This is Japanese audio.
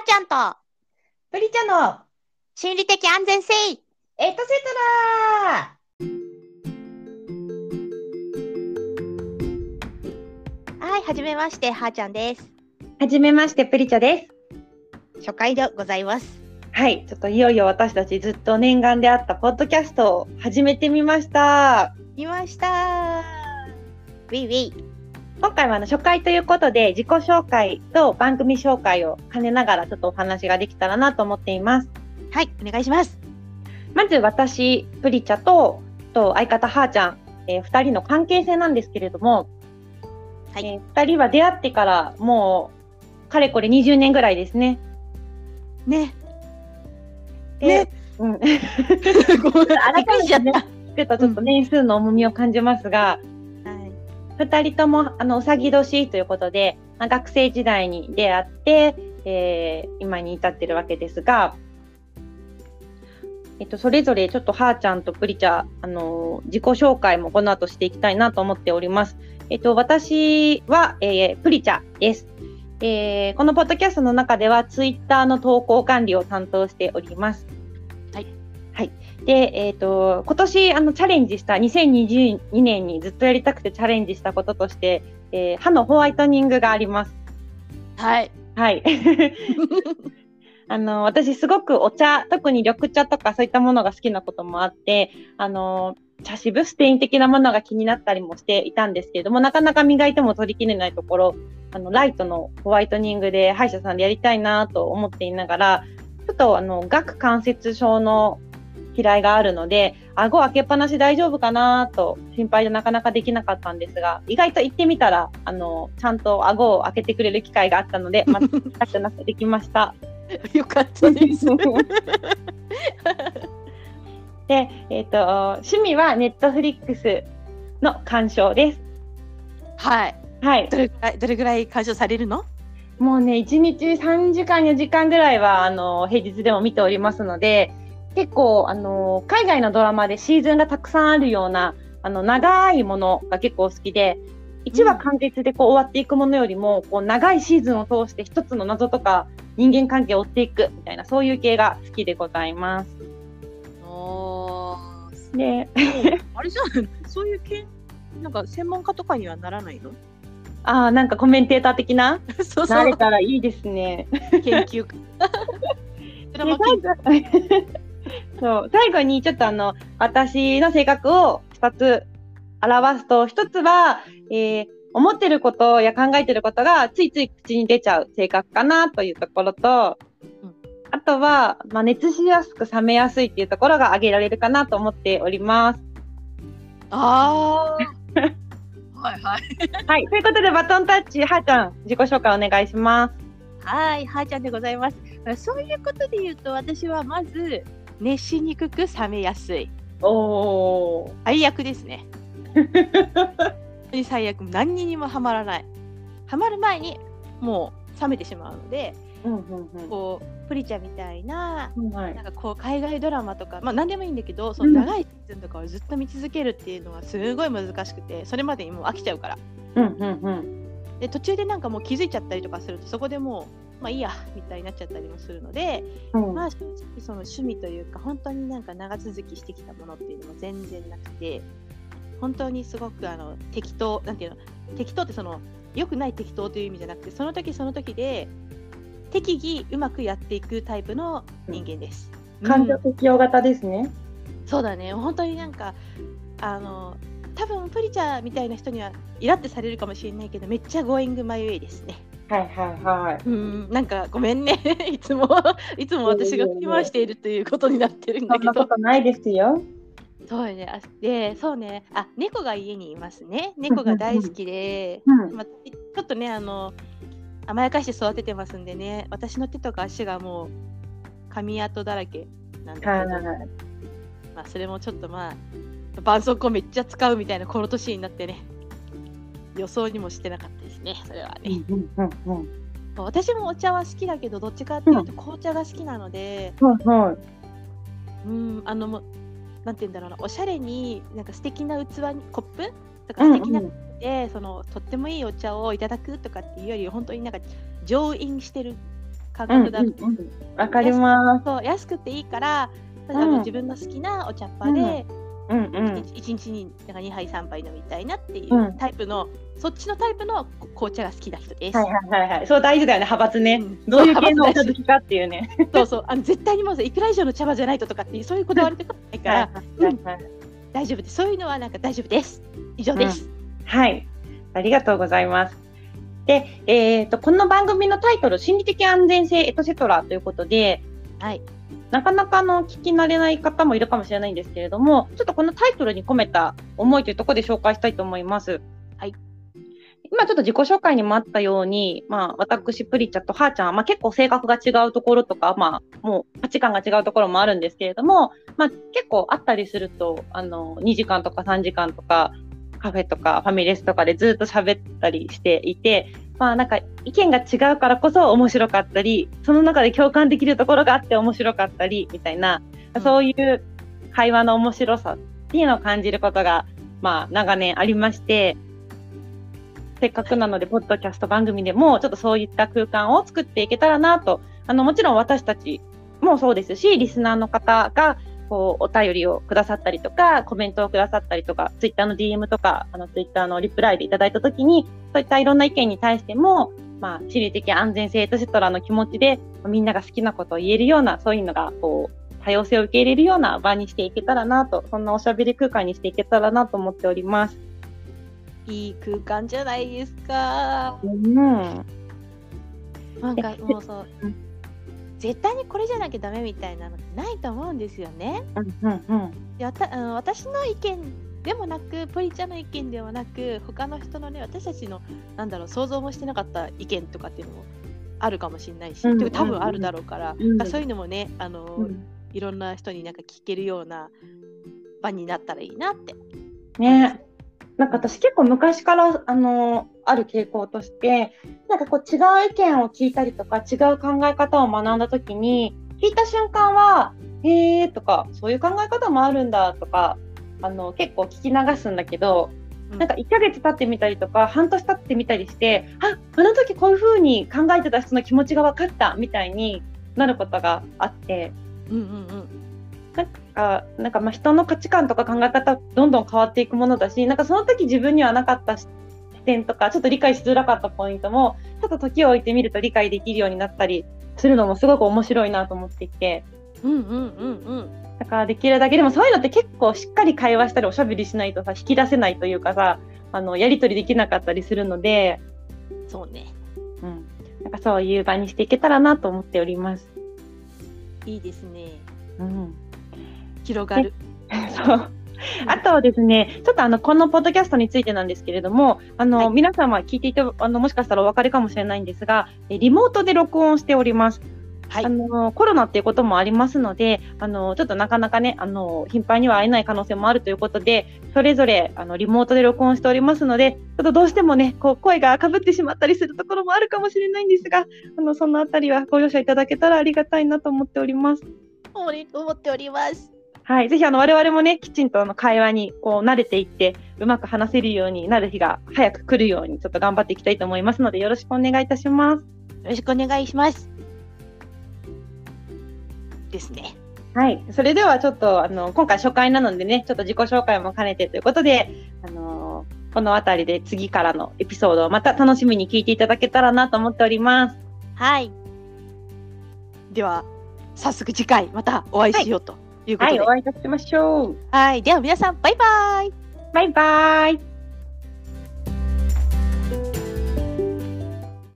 ちゃんとプリちゃんの心理的安全性エトセトラ。 はい、はじめまして、はーちゃんです。 はじめまして、プリチャです。 初回でございます。 はい、ちょっといよいよ私たちずっと念願であったポッドキャストを始めてみました。 見ましたウィーウィー。 今回は初回ということで自己紹介と番組紹介を兼ねながらちょっとお話ができたらなと思っています。 はい、お願いします。 まず私、プリチャと相方はーちゃん、2人の関係性なんですけれども、はい、2人は出会ってからもうかれこれ20年ぐらいですね。 ね。 ね。うん。改めて聞くとちょっと年数の重みを感じますが、2人ともうさぎ年ということで、学生時代に出会って、今に至ってるわけですが、それぞれちょっとはーちゃんとプリチャ、自己紹介もこの後していきたいなと思っております。私は、プリチャです。このポッドキャストの中ではツイッターの投稿管理を担当しております。はい。はい。で、今年チャレンジした2022年にずっとやりたくてチャレンジしたこととして、歯のホワイトニングがあります。 はい。 はい。私すごくお茶、特に緑茶とかそういったものが好きなこともあって、茶渋、ステイン的なものが気になったりもしていたんですけれども、なかなか磨いても取りきれないところ、ライトのホワイトニングで歯医者さんでやりたいなと思っていながら、ちょっと顎関節症の嫌いがあるので、顎開けっぱなし大丈夫かなと心配でなかなかできなかったんですが、意外と行ってみたら、ちゃんと顎を開けてくれる機会があったので、また痛くなくできました。 よかったです。 で、趣味はネットフリックスの鑑賞です。 はい。はい。どれぐらい鑑賞されるの？ もうね、1日3時間4時間ぐらいは平日でも見ておりますので、結構海外のドラマでシーズンがたくさんあるような長いものが結構好きで、1話完結で終わっていくものよりも長いシーズンを通して一つの謎とか人間関係を追っていくみたいな、そういう系が好きでございます。 で、あれじゃないの？そういう系なんか専門家とかにはならないの？ なんかコメンテーター的なそうなれたらいいですね。 研究家。 そう、最後にちょっと私の性格を2つ表すと、1つは、思ってることや考えてることがついつい口に出ちゃう性格かなというところと、あとは、熱しやすく冷めやすいっていうところが挙げられるかなと思っております。 はいはい。 はい、ということでバトンタッチ、はーちゃん、自己紹介お願いします。 はい、はーちゃんでございます。そういうことで言うと、私はまず熱しにくく冷めやすい。最悪ですね。最悪、何にもハマらない。ハマる前にもう冷めてしまうので、プリチャみたいな、なんか海外ドラマとか、何でもいいんだけど、その長いシーズンとかをずっと見続けるっていうのはすごい難しくて、それまでにもう飽きちゃうから。で、途中でなんかもう気づいちゃったりとかすると、そこでもういいやみたいになっちゃったりもするので、正直その趣味というか本当になんか長続きしてきたものっていうのも全然なくて、本当にすごく適当、なんていうの、適当ってその良くない適当という意味じゃなくて、その時その時で適宜うまくやっていくタイプの人間です。 感情適応型ですね。 そうだね。本当になんか多分プリチャーみたいな人にはイラってされるかもしれないけど、めっちゃゴーイングマイウェイですね。なんかごめんね。いつも私が振り回しているということになってるんだけど。 そんなことないですよ。 そうね。そうね。猫が家にいますね。猫が大好きで、ちょっとね甘やかして育ててますんでね。私の手とか足がもう噛跡だらけなんだけど、それもちょっと絆創膏めっちゃ使うみたいなこの年になってね、予想にもしてなかったですね、それはね。私もお茶は好きだけど、どっちかっていうと紅茶が好きなので、なんて言うんだろうな、おしゃれになんか素敵な器にコップとか素敵なで、とってもいいお茶をいただくとかっていうより、本当になんか上飲してる価格だと。 わかります。 そう、安くていいから、自分の好きなお茶っ葉で、1日に2杯3杯飲みたいなっていうタイプの、そっちのタイプの紅茶が好きな人です。 そう大事だよね、派閥ね。どういう系のお茶好きかっていうね。 そうそう、絶対にもういくら以上の茶葉じゃないととかっていうそういうこだわりとかないから、大丈夫です。そういうのはなんか大丈夫です。以上です。 はい、ありがとうございます。で、この番組のタイトル、心理的安全性エトセトラということで、なかなか聞き慣れない方もいるかもしれないんですけれども、ちょっとこのタイトルに込めた思いというところで紹介したいと思います。今ちょっと自己紹介にもあったように、私プリチャとはーちゃんは、結構性格が違うところとか、もう価値観が違うところもあるんですけれども、結構あったりすると、2時間とか3時間とか、カフェとかファミレスとかでずっと喋ったりしていて、なんか意見が違うからこそ面白かったり、その中で共感できるところがあって面白かったりみたいな、そういう会話の面白さっていうのを感じることが、長年ありまして、せっかくなのでポッドキャスト番組でもちょっとそういった空間を作っていけたらなと、もちろん私たちもそうですし、リスナーの方がこうお便りをくださったりとか、コメントをくださったりとか、ツイッターの DM とか、ツイッターのリプライでいただいたときに、そういったいろんな意見に対しても、心理的安全性エトセトラの気持ちで、みんなが好きなことを言えるような、そういうのがこう多様性を受け入れるような場にしていけたらなと、そんなおしゃべり空間にしていけたらなと思っております。 いい空間じゃないですか。なんかもうそう、絶対にこれじゃなきゃダメみたいなのないと思うんですよね。で私の意見でもなく、ポリちゃんの意見ではなく、他の人のね、私たちの想像もしてなかった意見とかっていうのもあるかもしれないし、多分あるだろうから、そういうのもね、いろんな人になんか聞けるような場になったらいいなってね。なんか私結構昔からある傾向として、なんかこう違う意見を聞いたりとか、違う考え方を学んだ時に、聞いた瞬間はへーとか、そういう考え方もあるんだとか、結構聞き流すんだけど、なんか1ヶ月経ってみたりとか、半年経ってみたりして、あの時こういう風に考えてた人の気持ちが分かったみたいになることがあって、なんか人の価値観とか考え方どんどん変わっていくものだし、なんかその時自分にはなかった視点とか、ちょっと理解しづらかったポイントもちょっと時を置いてみると理解できるようになったりするのもすごく面白いなと思っていて、だからできるだけ、でもそういうのって結構しっかり会話したりおしゃべりしないとさ、引き出せないというかさ、やり取りできなかったりするので、 そうね、 なんかそういう場にしていけたらなと思っております。 いいですね。広がる。 そう。あとですね、ちょっとこのポッドキャストについてなんですけれども、皆様聞いていてもしかしたらお分かりかもしれないんですが、リモートで録音しております。コロナっていうこともありますので、ちょっとなかなかね、頻繁には会えない可能性もあるということで、それぞれリモートで録音しておりますので、ちょっとどうしてもね、こう声がかぶってしまったりするところもあるかもしれないんですが、そのあたりはご容赦いただけたらありがたいなと思っております。 思っております。 はい、ぜひ我々もね、きちんと会話にこう慣れていって、うまく話せるようになる日が早く来るように、ちょっと頑張っていきたいと思いますので、よろしくお願いいたします。よろしくお願いします。ですね。 はい、それではちょっと今回初回なのでね、ちょっと自己紹介も兼ねてということで、このあたりで次からのエピソードをまた楽しみに聞いていただけたらなと思っております。 はい。では早速次回またお会いしようということで、 お会いいたしましょう。 はい、では皆さんバイバイ。 バイバイ。